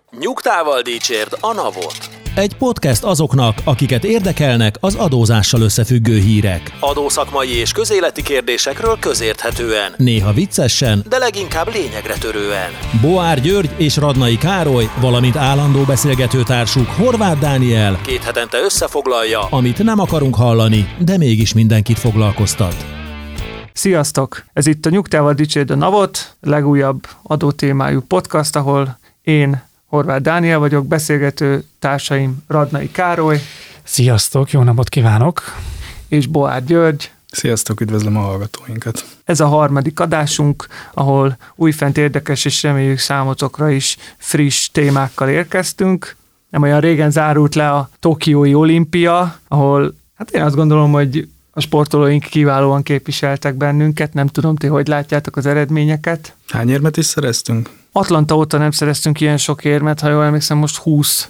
Nyugtával dicsérd a NAV-ot. Egy podcast azoknak, akiket érdekelnek az adózással összefüggő hírek. Adószakmai és közéleti kérdésekről közérthetően. Néha viccesen, de leginkább lényegre törően. Boár György és Radnai Károly, valamint állandó beszélgetőtársuk Horváth Dániel 2 hetente összefoglalja, amit nem akarunk hallani, de mégis mindenkit foglalkoztat. Sziasztok! Ez itt a Nyugtával dicsérd a NAV-ot, legújabb adótémájú podcast, ahol én, Horváth Dániel vagyok, beszélgető társaim Radnai Károly. Sziasztok, jó napot kívánok! És Boár György. Sziasztok, üdvözlöm a hallgatóinkat! Ez a harmadik adásunk, ahol újfent érdekes és reméljük számotokra is friss témákkal érkeztünk. Nem olyan régen zárult le a Tokiói olimpia, ahol hát én azt gondolom, hogy a sportolóink kiválóan képviseltek bennünket. Nem tudom, ti hogy látjátok az eredményeket? Hány érmet is szereztünk? Atlanta óta nem szereztünk ilyen sok érmet, ha jól emlékszem, most 20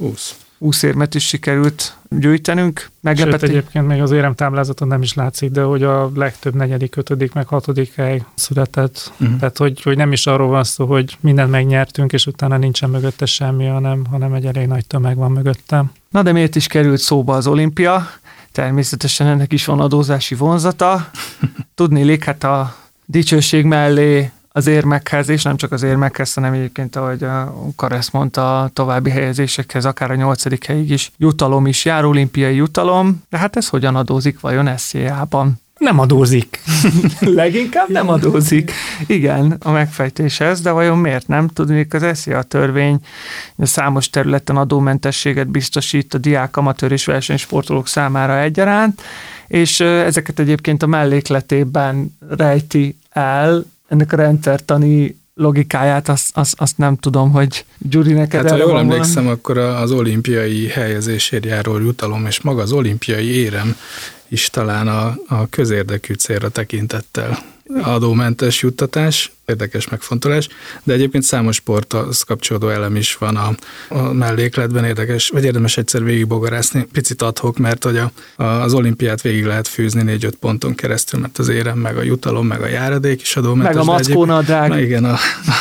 érmet is sikerült gyűjtenünk. Sőt, egyébként még az éremtáblázaton nem is látszik, de hogy a legtöbb 4., 5., meg 6. hely született. Tehát, hogy nem is arról van szó, hogy mindent megnyertünk, és utána nincsen mögötte semmi, hanem egy elég nagy tömeg van mögöttem. Na de miért is került szóba az olimpia? Természetesen ennek is van adózási vonzata. Tudniillik, hát a dicsőség mellé az érmekhez, és nem csak az érmekhez, hanem egyébként, ahogy a Karesz mondta, a további helyezésekhez, akár a 8. helyig is jutalom is jár, olimpiai jutalom. De hát ez hogyan adózik vajon SZIA-ban? Nem adózik. Leginkább nem adózik. Igen, a megfejtés ez, de vajon miért nem? Tudni, az SZIA törvény számos területen adómentességet biztosít a diák, amatőr és versenysportolók számára egyaránt, és ezeket egyébként a mellékletében rejti el. Ennek a rendszertani logikáját, azt nem tudom, hogy Gyuri, neked hát, erre ha jól van emlékszem, akkor az olimpiai helyezésért járó jutalom, és maga az olimpiai érem is talán a közérdekű célra tekintettel adómentes juttatás, érdekes megfontolás, de egyébként számos sporthoz kapcsolódó elem is van a mellékletben, érdekes, vagy érdemes egyszer végigbogarászni, picit adhok, mert hogy az olimpiát végig lehet fűzni 4-5 ponton keresztül, mert az érem, meg a jutalom, meg a járadék is adómentes. Meg a mackónadrág. Igen,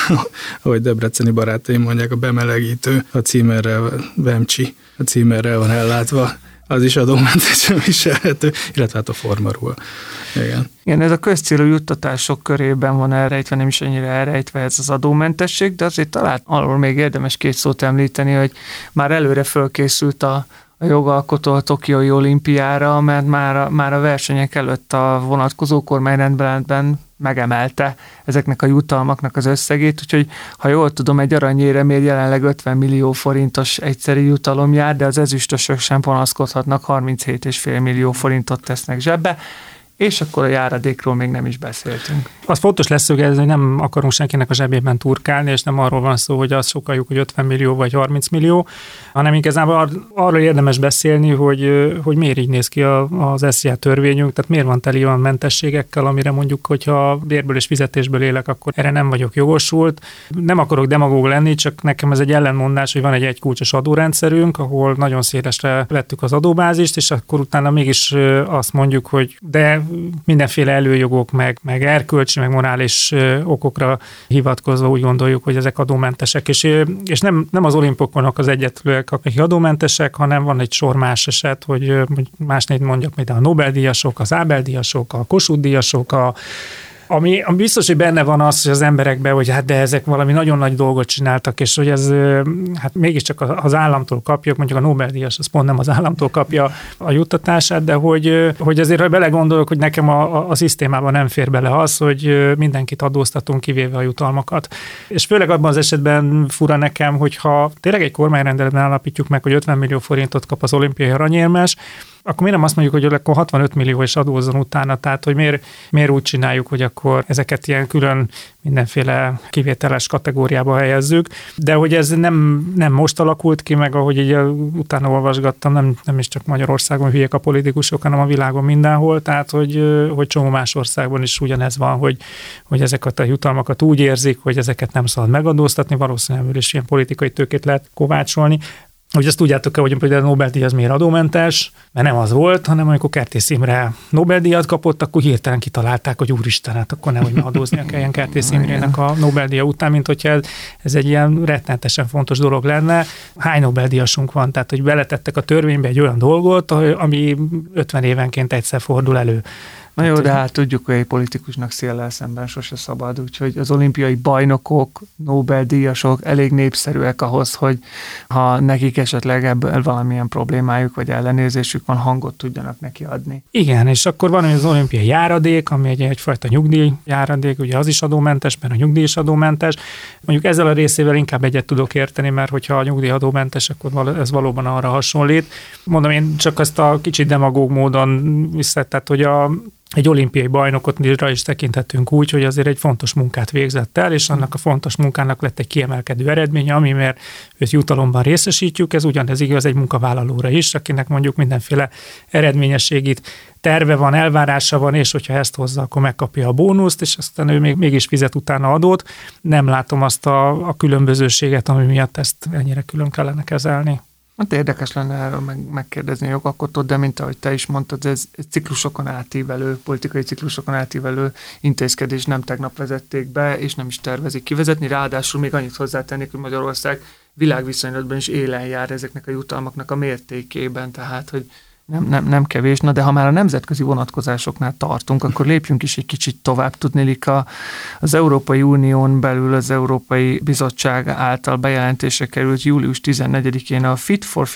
ahogy debreceni barátaim mondják, a bemelegítő, a címerrel, Vemcsi, a címerrel van ellátva, az is adómentesen viselhető, illetve hát a formaruha. Igen, ez a közcélú juttatások körében van elrejtve, nem is annyira elrejtve ez az adómentesség, de azért talán arról még érdemes 2 szót említeni, hogy már előre fölkészült a jogalkotó a Tokiói olimpiára, mert már a versenyek előtt a vonatkozó kormányrendeletben megemelte ezeknek a jutalmaknak az összegét, úgyhogy ha jól tudom, egy aranyéremért jelenleg 50 millió forintos egyszeri jutalom jár, de az ezüstösök sem panaszkodhatnak, 37,5 millió forintot tesznek zsebbe, és akkor a járadékról még nem is beszéltünk. Az fontos leszögezni, hogy nem akarunk senkinek a zsebében turkálni, és nem arról van szó, hogy azt sokaljuk, hogy 50 millió vagy 30 millió, hanem igazából arról érdemes beszélni, hogy miért így néz ki az SZIA törvényünk, tehát miért van teli olyan mentességekkel, amire mondjuk, hogyha bérből és fizetésből élek, akkor erre nem vagyok jogosult. Nem akarok demagóg lenni, csak nekem ez egy ellenmondás, hogy van egy egykulcsos adórendszerünk, ahol nagyon szélesre vettük az adóbázist, és akkor utána mégis azt mondjuk, hogy de mindenféle előjogok, meg erkölcsi, meg morális okokra hivatkozva úgy gondoljuk, hogy ezek adómentesek, és nem az olimpikonok az egyetlenek, akik adómentesek, hanem van egy sor más eset, hogy másnégy mondjak, mint a Nobel-díjasok, az Ábel-díjasok, a Kossuth-díjasok, ami biztos, hogy benne van az, hogy az emberekben, hogy hát de ezek valami nagyon nagy dolgot csináltak, és hogy ez hát mégiscsak az államtól kapjuk, mondjuk a Nobel-díjas, az pont nem az államtól kapja a juttatását, de hogy azért, ha belegondolok, hogy nekem a szisztémában nem fér bele az, hogy mindenkit adóztatunk, kivéve a jutalmakat. És főleg abban az esetben fura nekem, hogyha tényleg egy kormányrendeletben állapítjuk meg, hogy 50 millió forintot kap az olimpiai aranyérmes, akkor miért nem azt mondjuk, hogy akkor 65 millió is adózzon utána, tehát hogy miért úgy csináljuk, hogy akkor ezeket ilyen külön mindenféle kivételes kategóriába helyezzük, de hogy ez nem most alakult ki, meg ahogy így utána olvasgattam, nem is csak Magyarországon hülyék a politikusok, hanem a világon mindenhol, tehát hogy csomó más országban is ugyanez van, hogy ezeket a jutalmakat úgy érzik, hogy ezeket nem szabad megadóztatni, valószínűleg is ilyen politikai tőkét lehet kovácsolni. Hogy azt tudjátok-e, hogy például a Nobel-díj az miért adómentes, mert nem az volt, hanem amikor Kertész Imre Nobel-díjat kapott, akkor hirtelen kitalálták, hogy úristen, hát akkor nehogy már adóznia kelljen Kertész Imrének a Nobel-díja után, mint hogyha ez egy ilyen rettenetesen fontos dolog lenne. Hány Nobel-díjasunk van, tehát hogy beletettek a törvénybe egy olyan dolgot, ami 50 évenként egyszer fordul elő. Na jó, de hát tudjuk, hogy egy politikusnak széllel szemben sose szabad, úgyhogy az olimpiai bajnokok, Nobel-díjasok elég népszerűek ahhoz, hogy ha nekik esetleg ebből valamilyen problémájuk vagy ellenérzésük van, hangot tudjanak neki adni. Igen, és akkor van az olimpiai járadék, ami egyfajta nyugdíjjáradék, ugye az is adómentes, mert a nyugdíj is adómentes. Mondjuk ezzel a részével inkább egyet tudok érteni, mert hogyha a nyugdíj adómentes, akkor ez valóban arra hasonlít. Mondom, én csak ezt a kicsit demagóg módon tehát, hogy egy olimpiai bajnokotra is tekinthetünk úgy, hogy azért egy fontos munkát végzett el, és annak a fontos munkának lett egy kiemelkedő eredménye, amiért őt jutalomban részesítjük. Ez ugyanez igaz egy munkavállalóra is, akinek mondjuk mindenféle eredményességit terve van, elvárása van, és hogyha ezt hozza, akkor megkapja a bónuszt, és aztán ő mégis fizet utána adót. Nem látom azt a különbözőséget, ami miatt ezt ennyire külön kellene kezelni. Hát érdekes lenne erről megkérdezni a jogalkotót, de mint ahogy te is mondtad, ez ciklusokon átívelő, politikai ciklusokon átívelő intézkedés, nem tegnap vezették be, és nem is tervezik kivezetni. Ráadásul még annyit hozzátennék, hogy Magyarország világviszonylatban is élen jár ezeknek a jutalmaknak a mértékében, tehát hogy nem kevés. Na de ha már a nemzetközi vonatkozásoknál tartunk, akkor lépjünk is egy kicsit tovább. Tudnélik az Európai Unión belül az Európai Bizottság által bejelentésre került július 14-én a Fit for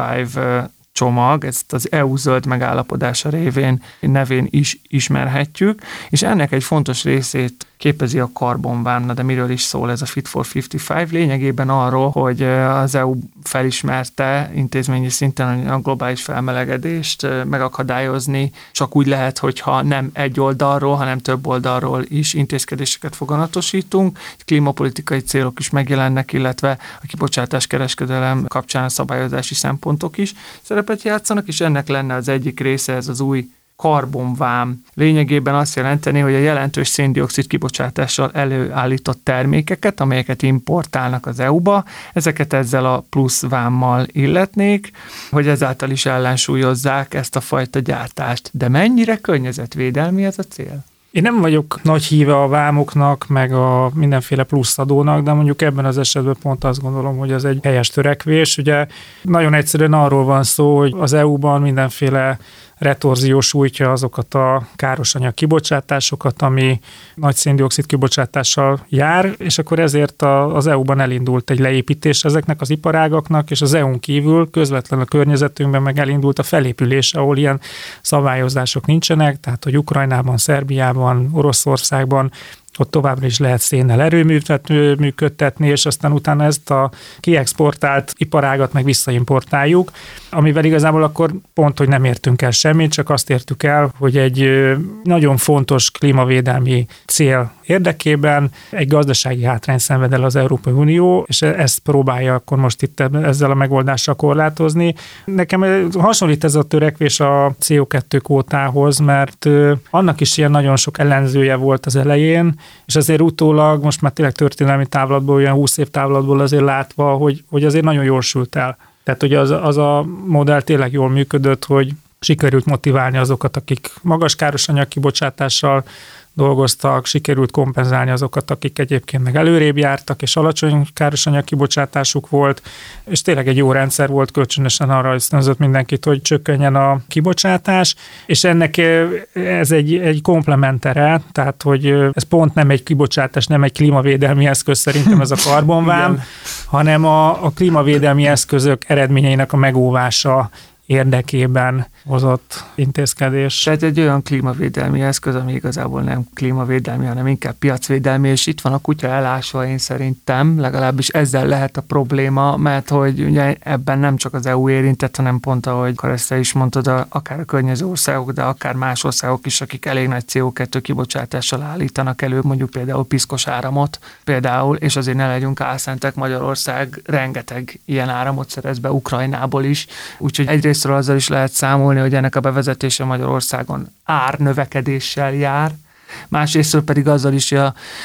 55 csomag, ezt az EU zöld megállapodása nevén is ismerhetjük, és ennek egy fontos részét képezi a karbonvám. Na de miről is szól ez a Fit for 55? Lényegében arról, hogy az EU felismerte intézményi szinten a globális felmelegedést megakadályozni, csak úgy lehet, hogyha nem egy oldalról, hanem több oldalról is intézkedéseket foganatosítunk. Klímapolitikai célok is megjelennek, illetve a kibocsátás kereskedelem kapcsán a szabályozási szempontok is szerepet játszanak, és ennek lenne az egyik része ez az új karbonvám. Lényegében azt jelenteni, hogy a jelentős széndioxid kibocsátással előállított termékeket, amelyeket importálnak az EU-ba, ezeket ezzel a plusz vámmal illetnék, hogy ezáltal is ellensúlyozzák ezt a fajta gyártást. De mennyire környezetvédelmi ez a cél? Én nem vagyok nagy híve a vámoknak, meg a mindenféle plusz adónak, de mondjuk ebben az esetben pont azt gondolom, hogy ez egy helyes törekvés. Ugye nagyon egyszerűen arról van szó, hogy az EU-ban mindenféle retorzió sújtja azokat a károsanyag kibocsátásokat, ami nagy széndioxid kibocsátással jár, és akkor ezért az EU-ban elindult egy leépítés ezeknek az iparágaknak, és az EU-n kívül közvetlenül a környezetünkben meg elindult a felépülés, ahol ilyen szabályozások nincsenek, tehát hogy Ukrajnában, Szerbiában, Oroszországban ott továbbra is lehet szénnel erőművet működtetni, és aztán utána ezt a kiexportált iparágat meg visszaimportáljuk, amivel igazából akkor pont, hogy nem értünk el semmit, csak azt értük el, hogy egy nagyon fontos klímavédelmi cél érdekében egy gazdasági hátrány szenved el az Európai Unió, és ezt próbálja akkor most itt ezzel a megoldással korlátozni. Nekem hasonlít ez a törekvés a CO2 kvótához, mert annak is ilyen nagyon sok ellenzője volt az elején, és azért utólag, most már tényleg történelmi távlatból, olyan 20 év távlatból azért látva, hogy azért nagyon jól sült el. Tehát, hogy az a modell tényleg jól működött, hogy sikerült motiválni azokat, akik magas károsanyag kibocsátással dolgoztak, sikerült kompenzálni azokat, akik egyébként meg előrébb jártak, és alacsony károsanyag kibocsátásuk volt, és tényleg egy jó rendszer volt, kölcsönösen arra ösztönzött mindenkit, hogy csökkenjen a kibocsátás, és ennek ez egy komplementere, tehát hogy ez pont nem egy kibocsátás, nem egy klímavédelmi eszköz szerintem ez a karbonvám, hanem a klímavédelmi eszközök eredményeinek a megóvása érdekében hozott intézkedés. Tehát egy olyan klímavédelmi eszköz, ami igazából nem klímavédelmi, hanem inkább piacvédelmi, és itt van a kutya elásva, én szerintem, legalábbis ezzel lehet a probléma, mert hogy ugye ebben nem csak az EU érintett, hanem pont ahogy ezt is mondtad, akár a környező országok, de akár más országok is, akik elég nagy CO2 kibocsátással állítanak elő, mondjuk például piszkos áramot, például, és azért ne legyünk álszentek, Magyarország rengeteg ilyen áramot szerez be Ukrajnából is, úgyhogy egyrésztről azzal is lehet számolni, hogy ennek a bevezetése Magyarországon árnövekedéssel jár, másrésztről pedig azzal is, hogy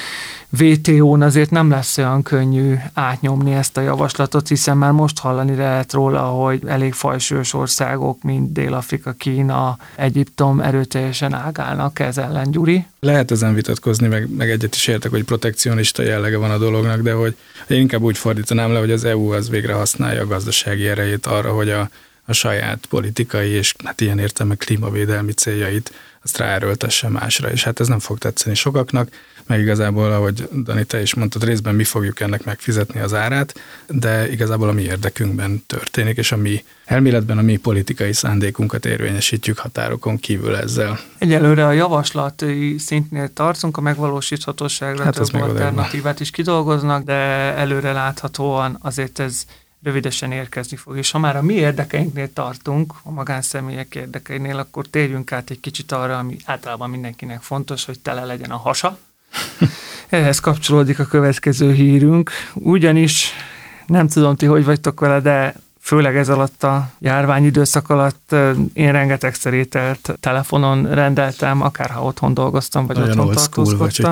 WTO-n azért nem lesz olyan könnyű átnyomni ezt a javaslatot, hiszen már most hallani lehet róla, hogy elég fajsúlyos országok, mint Dél-Afrika, Kína, Egyiptom erőteljesen ágálnak ez ellen, Gyuri. Lehet ezen vitatkozni, meg egyet is értek, hogy protekcionista jellege van a dolognak, de hogy én inkább úgy fordítanám le, hogy az EU az végre használja a gazdasági erejét arra, hogy a saját politikai és hát ilyen értelme klímavédelmi céljait azt ráerőltesse másra, és hát ez nem fog tetszeni sokaknak, meg igazából, ahogy Dani, te is mondtad, részben mi fogjuk ennek megfizetni az árát, de igazából a mi érdekünkben történik, és a mi elméletben a mi politikai szándékunkat érvényesítjük határokon kívül ezzel. Egyelőre a javaslati szintnél tartunk, a megvalósíthatóságra hát több alternatívát is kidolgoznak, de előre láthatóan azért ez rövidesen érkezni fog. És ha már a mi érdekeinknél tartunk, a magánszemélyek érdekeinél, akkor térjünk át egy kicsit arra, ami általában mindenkinek fontos, hogy tele legyen a hasa. Ehhez kapcsolódik a következő hírünk, ugyanis nem tudom ti, hogy vagytok vele, de főleg ez alatt a járványidőszak alatt én rengetegszer ételt telefonon rendeltem, akár ha otthon dolgoztam, vagy otthon tartózkodtam.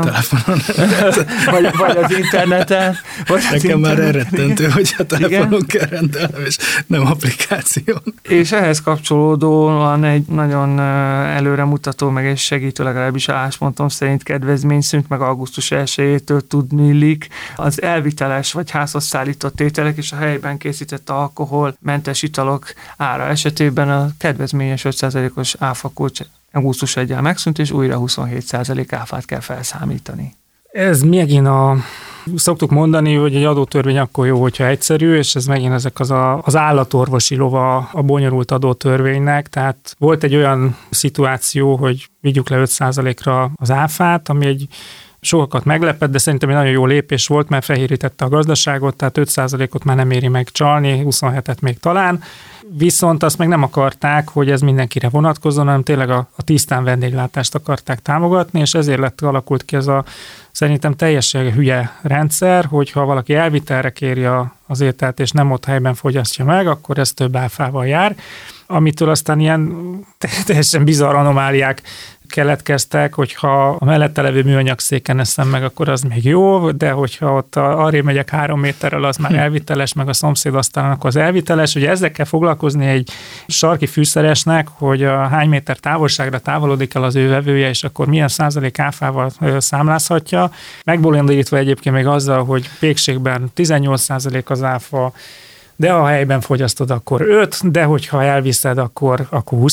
vagy az interneten. Nekem már elrettentő, hogy a telefonon kell rendelnem, és nem applikáción. És ehhez kapcsolódóan egy nagyon előremutató, meg és segítő, legalábbis álláspontom szerint kedvezményszűnt, meg augusztus 1-től tudniillik az elviteles vagy házhoz szállított ételek és a helyben készített alkohol mentes italok ára esetében a kedvezményes 5%-os áfakulcs augusztus 1-jel megszűnt, és újra 27% áfát kell felszámítani. Ez megint szoktuk mondani, hogy egy adótörvény akkor jó, hogyha egyszerű, és ez megint ezek az állatorvosi lova a bonyolult adótörvénynek, tehát volt egy olyan szituáció, hogy vigyük le 5%-ra az áfát, ami egy sokakat meglepett, de szerintem egy nagyon jó lépés volt, mert felhírítette a gazdaságot, tehát 5%-ot már nem éri meg csalni, 27-et még talán. Viszont azt meg nem akarták, hogy ez mindenkire vonatkozzon, hanem tényleg a tisztán vendéglátást akarták támogatni, és ezért alakult ki ez a szerintem teljesen hülye rendszer, hogyha valaki elvitelre kéri az ételt, és nem ott helyben fogyasztja meg, akkor ez több áfával jár, amitől aztán ilyen teljesen bizarr anomáliák keletkeztek, hogyha a mellette levő műanyag széken eszem meg, akkor az még jó, de hogyha ott arrébb megyek 3 méterrel, az már elviteles, meg a szomszéd asztalon, akkor az elviteles. Ugye ezzel kell foglalkozni egy sarki fűszeresnek, hogy hány méter távolságra távolodik el az ő vevője, és akkor milyen százalék áfával számlázhatja. Megbolondítva egyébként még azzal, hogy pékségben 18% az áfa, de ha helyben fogyasztod, akkor 5, de hogyha elviszed, akkor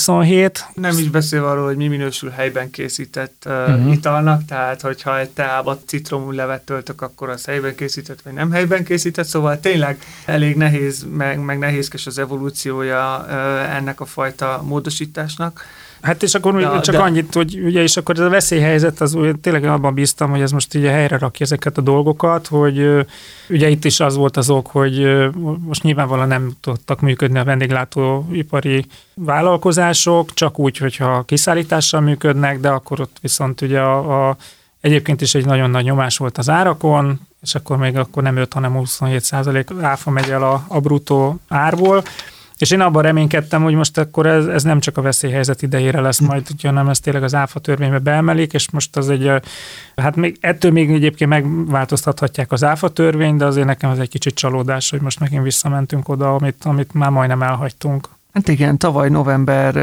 27. Nem is beszélve arról, hogy mi minősül helyben készített italnak, tehát hogyha egy teába citromlevet töltök, akkor az helyben készített, vagy nem helyben készített, szóval tényleg elég nehéz, meg nehézkes az evolúciója ennek a fajta módosításnak. Hát és akkor csak annyit, hogy ugye, és akkor ez a veszélyhelyzet, az tényleg abban bíztam, hogy ez most ugye helyre rakja ezeket a dolgokat, hogy ugye itt is az volt az ok, hogy most nyilvánvalóan nem tudtak működni a vendéglátóipari vállalkozások, csak úgy, hogyha kiszállítással működnek, de akkor ott viszont ugye egyébként is egy nagyon nagy nyomás volt az árakon, és akkor még akkor nem 5, hanem 27% áfa megy el a bruttó árból. És én abban reménykedtem, hogy most akkor ez nem csak a veszélyhelyzet idejére lesz majd, hanem ezt tényleg az áfa törvénybe beemelik, és most az hát még ettől még egyébként megváltoztathatják az áfa törvényt, de azért nekem ez egy kicsit csalódás, hogy most megint visszamentünk oda, amit már majdnem elhagytunk. Hát igen, tavaly november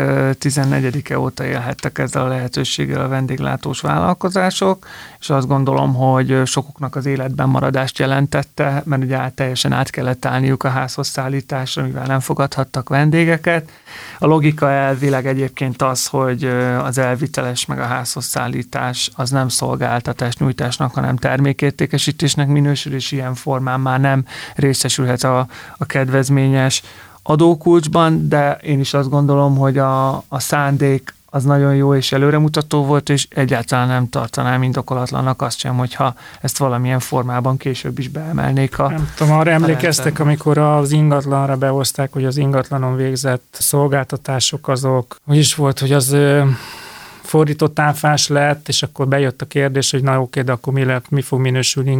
14-e óta élhettek ezzel a lehetőséggel a vendéglátós vállalkozások, és azt gondolom, hogy sokuknak az életben maradást jelentette, mert ugye teljesen át kellett állniuk a házhoz szállításra, mivel nem fogadhattak vendégeket. A logika elvileg egyébként az, hogy az elviteles meg a házhoz szállítás az nem szolgáltatásnyújtásnak, hanem termékértékesítésnek minősül, és ilyen formán már nem részesülhet a kedvezményes adókulcsban, de én is azt gondolom, hogy a szándék az nagyon jó és előremutató volt, és egyáltalán nem tartanám indokolatlannak azt sem, hogyha ezt valamilyen formában később is beemelnék nem tudom, arra emlékeztek, amikor az ingatlanra behozták, hogy az ingatlanon végzett szolgáltatások azok, hogy is volt, hogy az fordított áfás lett, és akkor bejött a kérdés, hogy na oké, de akkor mi fog minősülni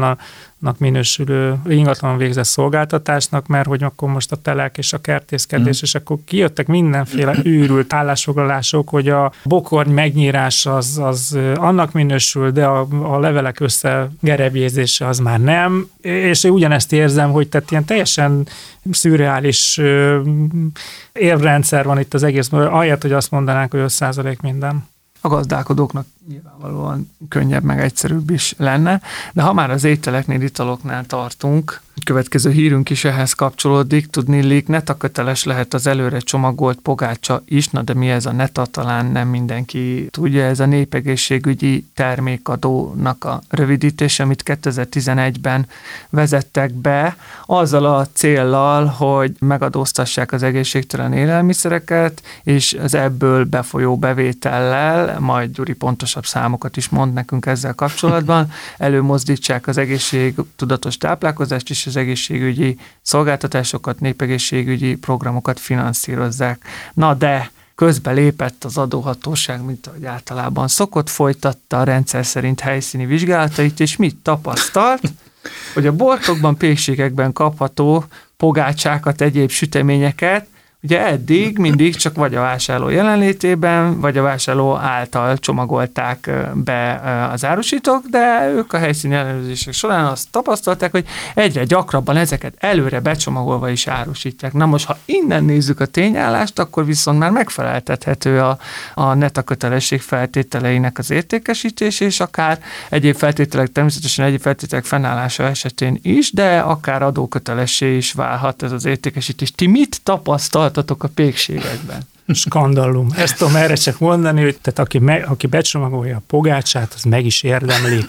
ingatlanon végzett szolgáltatásnak, mert hogy akkor most a telek és a kertészkedés, és akkor kijöttek mindenféle őrült állásfoglalások, hogy a bokorny megnyírás az annak minősül, de a levelek összegerebjézése az már nem, és én ugyanezt érzem, hogy tehát ilyen teljesen szürreális érvrendszer van itt az egész, ahelyett, hogy azt mondanánk, hogy 5% minden. A gazdálkodóknak nyilvánvalóan könnyebb, meg egyszerűbb is lenne, de ha már az ételeknél, italoknál tartunk, következő hírünk is ehhez kapcsolódik, tudniillik, neta köteles lehet az előre csomagolt pogácsa is, na de mi ez a neta, talán nem mindenki tudja, ez a népegészségügyi termékadónak a rövidítése, amit 2011-ben vezettek be, azzal a céllal, hogy megadóztassák az egészségtelen élelmiszereket, és az ebből befolyó bevétellel, majd Gyuri pontosabb számokat is mond nekünk ezzel kapcsolatban, előmozdítsák az egészségtudatos táplálkozást, és az egészségügyi szolgáltatásokat, népegészségügyi programokat finanszírozzák. Na de közbe lépett az adóhatóság, mint ahogy általában szokott, folytatta a rendszer szerint helyszíni vizsgálatait, és mit tapasztalt? Hogy a boltokban, pékségekben kapható pogácsákat, egyéb süteményeket, ugye eddig mindig csak vagy a vásárló jelenlétében, vagy a vásárló által csomagolták be az árusítók, de ők a helyszíni ellenőrzések során azt tapasztalták, hogy egyre gyakrabban ezeket előre becsomagolva is árusítják. Na most, ha innen nézzük a tényállást, akkor viszont már megfeleltethető a neta kötelesség feltételeinek az értékesítés, és akár egyéb feltételek, természetesen egyéb feltételek fennállása esetén is, de akár adókötelessé is válhat ez az értékesítés. Ti mit tapasztaltatok a pékségekben? Skandallum. Ezt tudom erre csak mondani, hogy tehát aki becsomagolja a pogácsát, az meg is érdemli.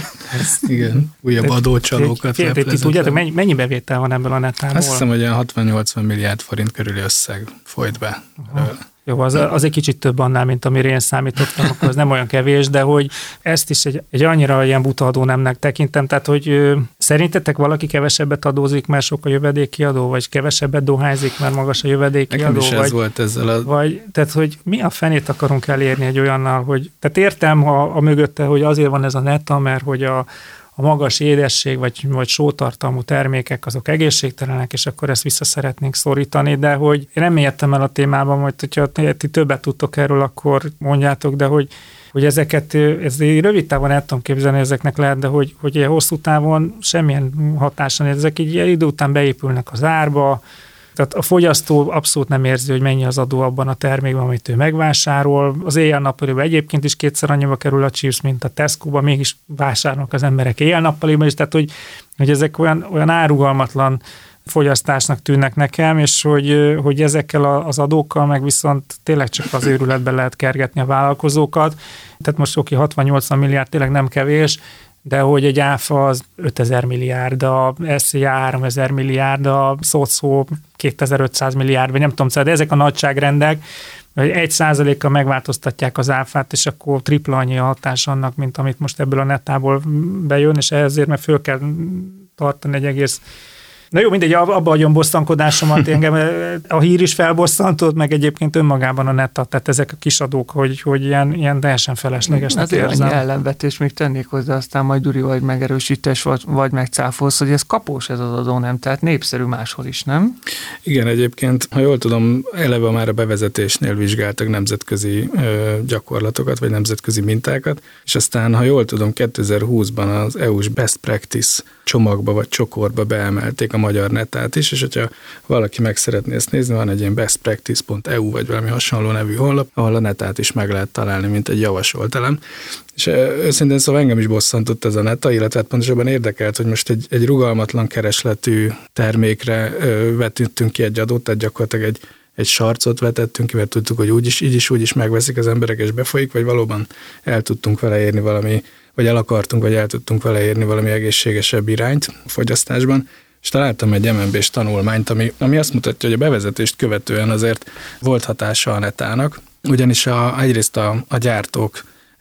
Igen, újabb adócsalókat reprezentál. Tudjátok, mennyi bevétel van ebből a netából? Azt hiszem, hogy olyan 60-80 milliárd forint körüli összeg folyt be. Jó, az egy kicsit több annál, mint amire én számítottam, akkor az nem olyan kevés, de hogy ezt is egy annyira ilyen buta adónemnek tekintem, tehát hogy szerintetek valaki kevesebbet adózik, mert sok a jövedéki adó, vagy kevesebbet dohányzik, mert magas a jövedéki nekem adó? Is ez volt ezzel tehát, hogy mi a fenét akarunk elérni egy olyannal, hogy tehát értem a mögötte, hogy azért van ez a neta, mert hogy a magas édesség vagy sótartalmú termékek azok egészségtelenek, és akkor ezt vissza szeretnénk szorítani, de hogy én nem értem el a témában, hogy hogyha ti többet tudtok erről, akkor mondjátok, de hogy ezeket, ez rövid távon el tudom képzelni, ezeknek lehet, de hogy ilyen hosszú távon semmilyen hatása, ezek így idő után beépülnek az árba, tehát a fogyasztó abszolút nem érzi, hogy mennyi az adó abban a termékben, amit ő megvásárol. Az éjjel-nappaliban egyébként is 2-szer annyiba kerül a chips, mint a Tesco-ban, mégis vásárolnak az emberek éjjel-nappaliban is, tehát hogy ezek olyan árugalmatlan fogyasztásnak tűnnek nekem, és hogy ezekkel az adókkal meg viszont tényleg csak az őrületbe lehet kergetni a vállalkozókat. Tehát most 60-80 milliárd tényleg nem kevés, de hogy egy áfa az 5000 milliárd, a SZIA 3000 milliárd, a SZOCO 2500 milliárd, vagy nem tudom, de ezek a nagyságrendek, hogy 1%-kal megváltoztatják az áfát, és akkor tripla annyi a hatás annak, mint amit most ebből a netából bejön, és ezért meg föl kell tartani egy egész. Na jó, mindegy, abba hagyom bosszankodásomat, engem a hír is felbosszantott, meg egyébként önmagában a neta, tehát ezek a kis adók, hogy ilyen teljesen feleslegesnek érzem. Azért annyi ellenvetést még tennék hozzá, aztán majd Gyuri vagy megerősítés, vagy megcáfolsz, hogy ez kapós ez az adó, nem? Tehát népszerű máshol is, nem? Igen, egyébként, ha jól tudom, eleve már a bevezetésnél vizsgáltak nemzetközi gyakorlatokat, vagy nemzetközi mintákat, és aztán, ha jól tudom, 2020-ban az EU-s Best Practice csomagba vagy csokorba beemelték a magyar netát is, és hogyha valaki meg szeretné ezt nézni, van egy ilyen bestpractice.eu vagy valami hasonló nevű honlap, ahol a netát is meg lehet találni, mint egy javasolt elem. És őszintén szóval engem is bosszantott ez a neta, illetve pontosabban érdekelt, hogy most egy rugalmatlan keresletű termékre vetettünk ki egy adót, tehát gyakorlatilag egy sarcot vetettünk ki, mert tudtuk, hogy így is megveszik az emberek, és befolyik, vagy valóban el tudtunk vele érni valami, vagy el akartunk, vagy el tudtunk vele érni valami egészségesebb irányt a fogyasztásban. És találtam egy MNB-s tanulmányt, ami azt mutatja, hogy a bevezetést követően azért volt hatása a netának, ugyanis egyrészt a gyártók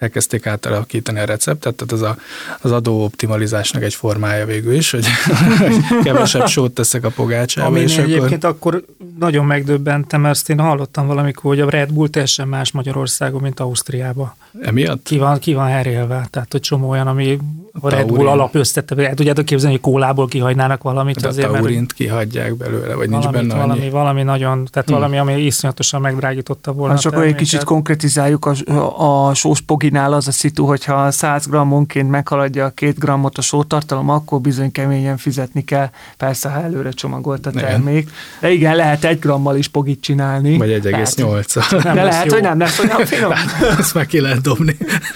elkezdték átalakítani a receptet, tehát az adóoptimalizásnak egy formája végül is, hogy kevesebb sót teszek a pogácsába. Ami egyébként akkor nagyon megdöbbentem, mert én hallottam valamikor, hogy a Red Bull teljesen más Magyarországon, mint Ausztriában. Emiatt? Ki van herélve, tehát hogy csomó olyan, ami a Red Bull alapösztete, tudjátok képzelni, hogy kólából kihagynának valamit. De azért, a taurint kihagyják belőle, vagy nincs benne annyi. Valami nagyon, tehát valami, ami iszonyatosan megdrágította volna. Csak egy kicsit konkretizáljuk a sós poginál az a szitu, hogyha 100 grammonként meghaladja a 2 grammot a sótartalom, akkor bizony keményen fizetni kell. Persze, ha előre csomagolt a termék. De igen, lehet 1 grammal is pogit csinálni. Vagy 1,8. De lehet, hogy nem lesz olyan finom. Ezt meg ki lehet dobni.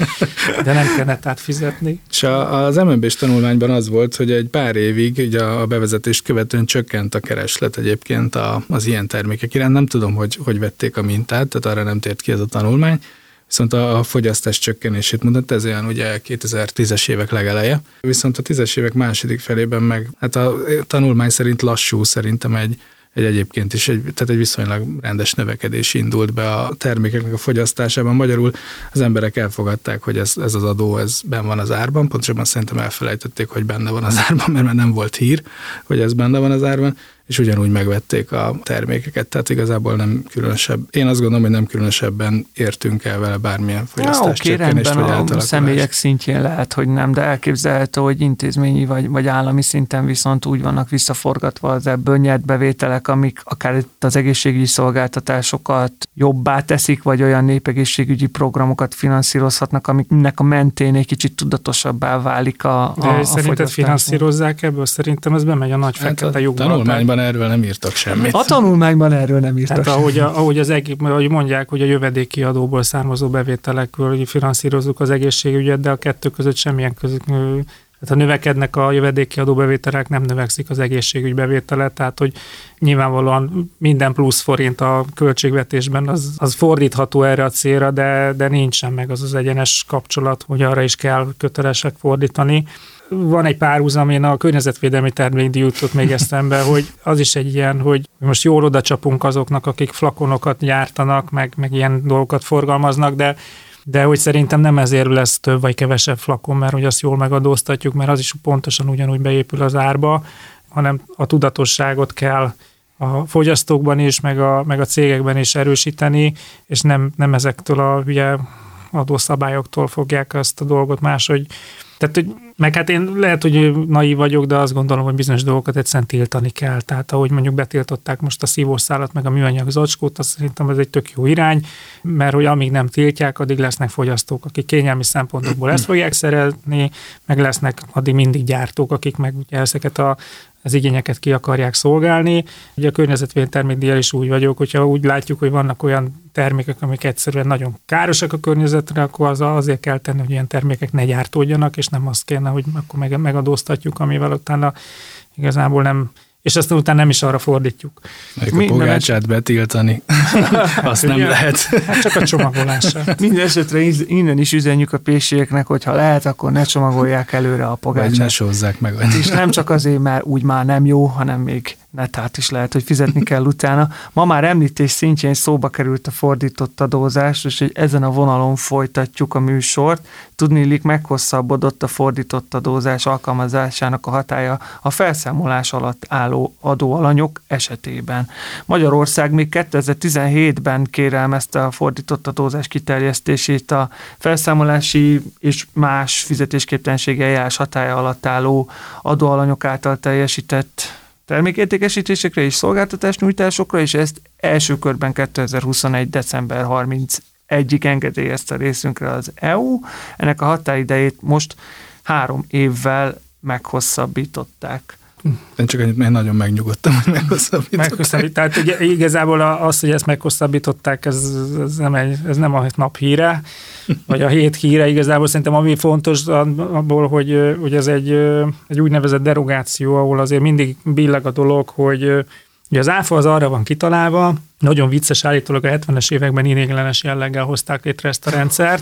De nem kellene átfizetni. És az MNB-s tanulmányban az volt, hogy egy pár évig ugye a bevezetést követően csökkent a kereslet egyébként az ilyen termékek iránt. Nem tudom, hogy vették a mintát, tehát arra nem tért ki ez a tanulmány. Viszont a fogyasztás csökkenését mutatta, ez olyan ugye 2010-es évek legeleje. Viszont a 10-es évek második felében meg, hát a tanulmány szerint lassú, szerintem egy egyébként is tehát egy viszonylag rendes növekedés indult be a termékeknek a fogyasztásában. Magyarul az emberek elfogadták, hogy ez az adó, ez benne van az árban, pontosabban szerintem elfelejtették, hogy benne van az árban, mert már nem volt hír, hogy ez benne van az árban, és ugyanúgy megvették a termékeket, tehát igazából nem különösebb. Én azt gondolom, hogy nem különösebben értünk el vele bármilyen fogyasztás csökkenést, vagy a személyek szintjén lehet, hogy nem, de elképzelhető, hogy intézményi vagy állami szinten viszont úgy vannak visszaforgatva az ebből nyert bevételek, amik akár az egészségügyi szolgáltatásokat jobbá teszik, vagy olyan népegészségügyi programokat finanszírozhatnak, amiknek a mentén egy kicsit tudatosabbá válik a szerinted finanszírozzák ebből? Szerintem ez bemegy a nagy fekete lyukba. Erről nem írtak semmit. A tanulmányban erről nem írtak semmit. Ahogy mondják, hogy a jövedéki adóból származó bevételekből finanszírozzuk az egészségügyet, de a kettő között semmilyen tehát ha növekednek a jövedéki adóbevételek, nem növekszik az egészségügy bevétele, tehát hogy nyilvánvalóan minden plusz forint a költségvetésben az fordítható erre a célra, de nincsen meg az egyenes kapcsolat, hogy arra is kell kötelesek fordítani. Van egy párhuzam, én a környezetvédelmi termékdíj jutott még eszembe, hogy az is egy ilyen, hogy most jól oda csapunk azoknak, akik flakonokat gyártanak, meg ilyen dolgokat forgalmaznak, de hogy szerintem nem ezért lesz több vagy kevesebb flakon, mert hogy azt jól megadóztatjuk, mert az is pontosan ugyanúgy beépül az árba, hanem a tudatosságot kell a fogyasztókban is, meg a cégekben is erősíteni, és nem ezektől a hülye adószabályoktól fogják azt a dolgot máshogy. Tehát, hogy meg hát én lehet, hogy naív vagyok, de azt gondolom, hogy bizonyos dolgokat egyszerűen tiltani kell. Tehát ahogy mondjuk betiltották most a szívószálat, meg a műanyag zacskót, azt szerintem ez egy tök jó irány, mert hogy amíg nem tiltják, addig lesznek fogyasztók, akik kényelmi szempontokból ezt fogják szeretni, meg lesznek addig mindig gyártók, akik meg ugye ezeket az igényeket ki akarják szolgálni. Ugye a környezetvédelmi termékdíjjal is úgy vagyok, hogyha úgy látjuk, hogy vannak olyan termékek, amik egyszerűen nagyon károsak a környezetre, akkor azért kell tenni, hogy ilyen termékek ne gyártódjanak, és nem azt kéne, hogy akkor megadóztatjuk, amivel utána igazából nem, és aztán utána nem is arra fordítjuk. Meg a pogácsát betiltani, azt nem lehet. Hát csak a csomagolását. Minden esetre innen is üzenjük a pékségeknek, hogy ha lehet, akkor ne csomagolják előre a pogácsát. Vagy ne sózzák meg annyira. És nem csak azért, mert úgy már nem jó, hanem még netát is lehet, hogy fizetni kell utána. Ma már említés szintjén szóba került a fordított adózás, és hogy ezen a vonalon folytatjuk a műsort. Tudniillik, meghosszabbodott a fordított adózás alkalmazásának a hatálya a felszámolás alatt álló adóalanyok esetében. Magyarország még 2017-ben kérelmezte a fordított adózás kiterjesztését a felszámolási és más fizetésképtelenségi eljárás hatálya alatt álló adóalanyok által teljesített termékértékesítésekre és szolgáltatásnyújtásokra, és ezt első körben 2021. december 31-ig engedélyezte részünkre az EU. Ennek a határidejét most 3 évvel meghosszabbították. Én csak annyit, mert nagyon megnyugodtam, hogy meghosszabbították. Tehát ugye, igazából az, hogy ezt meghosszabbították, ez nem a nap híre, vagy a hét híre. Igazából szerintem ami fontos abból, hogy ez egy úgynevezett derogáció, ahol azért mindig billeg a dolog, hogy ugye az áfa az arra van kitalálva, Nagyon vicces, állítólag a 70-es években ideiglenes jelleggel hozták létre ezt a rendszert.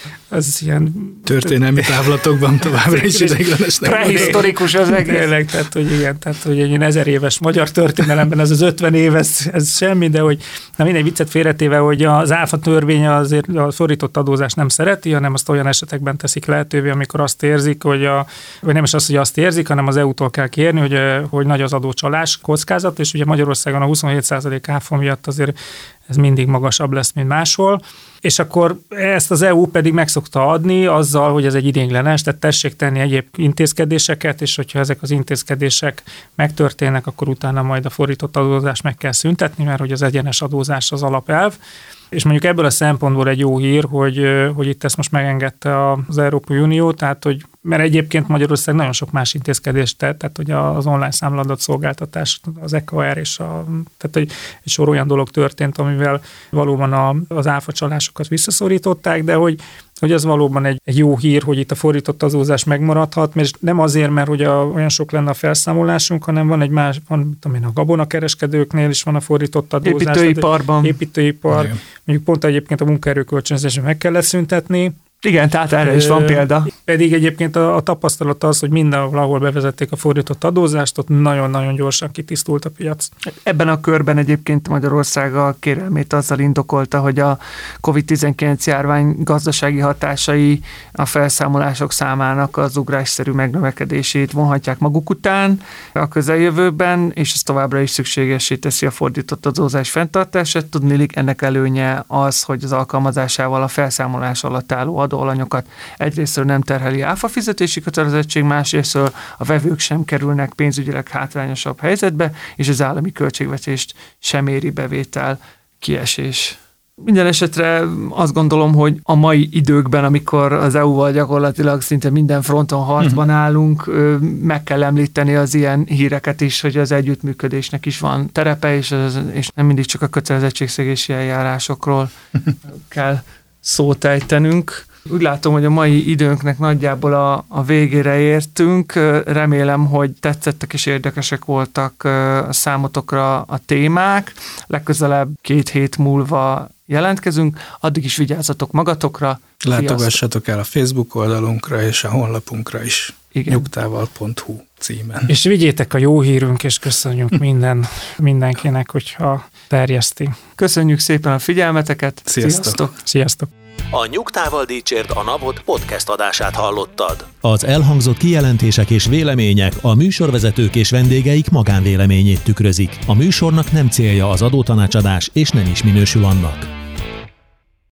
Ez ilyen... Történelmi távlatokban továbbra is ideiglenesnek. Prehisztorikus az egész. Tényleg, tehát, hogy egy 1000 éves magyar történelemben ez az 50 év, ez semmi, de hogy mindegy viccet félretéve, hogy az ÁFA törvény azért a fordított adózást nem szereti, hanem azt olyan esetekben teszik lehetővé, amikor azt érzik, vagy nem is az, hogy azt érzik, hanem az EU-tól kell kérni, hogy nagy az adócsalás kockázat, és ugye Magyarországon a 27% ÁFA miatt azért ez mindig magasabb lesz, mint máshol. És akkor ezt az EU pedig meg szokta adni azzal, hogy ez egy ideiglenes, tehát tessék tenni egyéb intézkedéseket, és hogyha ezek az intézkedések megtörténnek, akkor utána majd a fordított adózást meg kell szüntetni, mert hogy az egyenes adózás az alapelv. És mondjuk ebből a szempontból egy jó hír, hogy itt ezt most megengedte az Európai Unió, tehát hogy mert egyébként Magyarország nagyon sok más intézkedést tett, tehát hogy az online számladat szolgáltatás, az EKR és tehát egy sor olyan dolog történt, amivel valóban az áfa csalásokat visszaszorították, de hogy az valóban egy jó hír, hogy itt a fordított adózás megmaradhat, mert nem azért, mert hogy olyan sok lenne a felszámolásunk, hanem van egy más, a gabonakereskedőknél is van a fordított adózás. Építőipar. Mondjuk pont egyébként a munkaerőkölcsönzésre meg kellett szüntetni. Igen, tehát erre is van példa. Pedig egyébként a tapasztalat az, hogy mindenhol, ahol bevezették a fordított adózást, ott nagyon-nagyon gyorsan kitisztult a piac. Ebben a körben egyébként Magyarország a kérelmét azzal indokolta, hogy a COVID-19 járvány gazdasági hatásai a felszámolások számának az ugrásszerű megnövekedését vonhatják maguk után a közeljövőben, és ez továbbra is szükségessé teszi a fordított adózás fenntartását. Tudniillik ennek előnye az, hogy az alkalmazásával a felszámolás alatt álló adóalanyokat egyrésztről nem terheli áfa fizetési kötelezettség, másrésztről a vevők sem kerülnek pénzügyileg hátrányosabb helyzetbe, és az állami költségvetést sem éri bevétel kiesés. Minden esetre azt gondolom, hogy a mai időkben, amikor az EU-val gyakorlatilag szinte minden fronton harcban állunk, meg kell említeni az ilyen híreket is, hogy az együttműködésnek is van terepe, és nem mindig csak a kötelezettségszegési eljárásokról kell szót ejtenünk. Úgy látom, hogy a mai időnknek nagyjából a végére értünk. Remélem, hogy tetszettek és érdekesek voltak a számotokra a témák. Legközelebb 2 hét múlva jelentkezünk. Addig is vigyázzatok magatokra. Látogassatok el a Facebook oldalunkra és a honlapunkra is. Nyugtával.hu címen. És vigyétek a jó hírünk, és köszönjük mindenkinek, hogyha terjeszti. Köszönjük szépen a figyelmeteket. Sziasztok! Sziasztok! A Nyugtával dicsérd a napot podcast adását hallottad. Az elhangzott kijelentések és vélemények a műsorvezetők és vendégeik magánvéleményét tükrözik. A műsornak nem célja az adótanácsadás, és nem is minősül annak.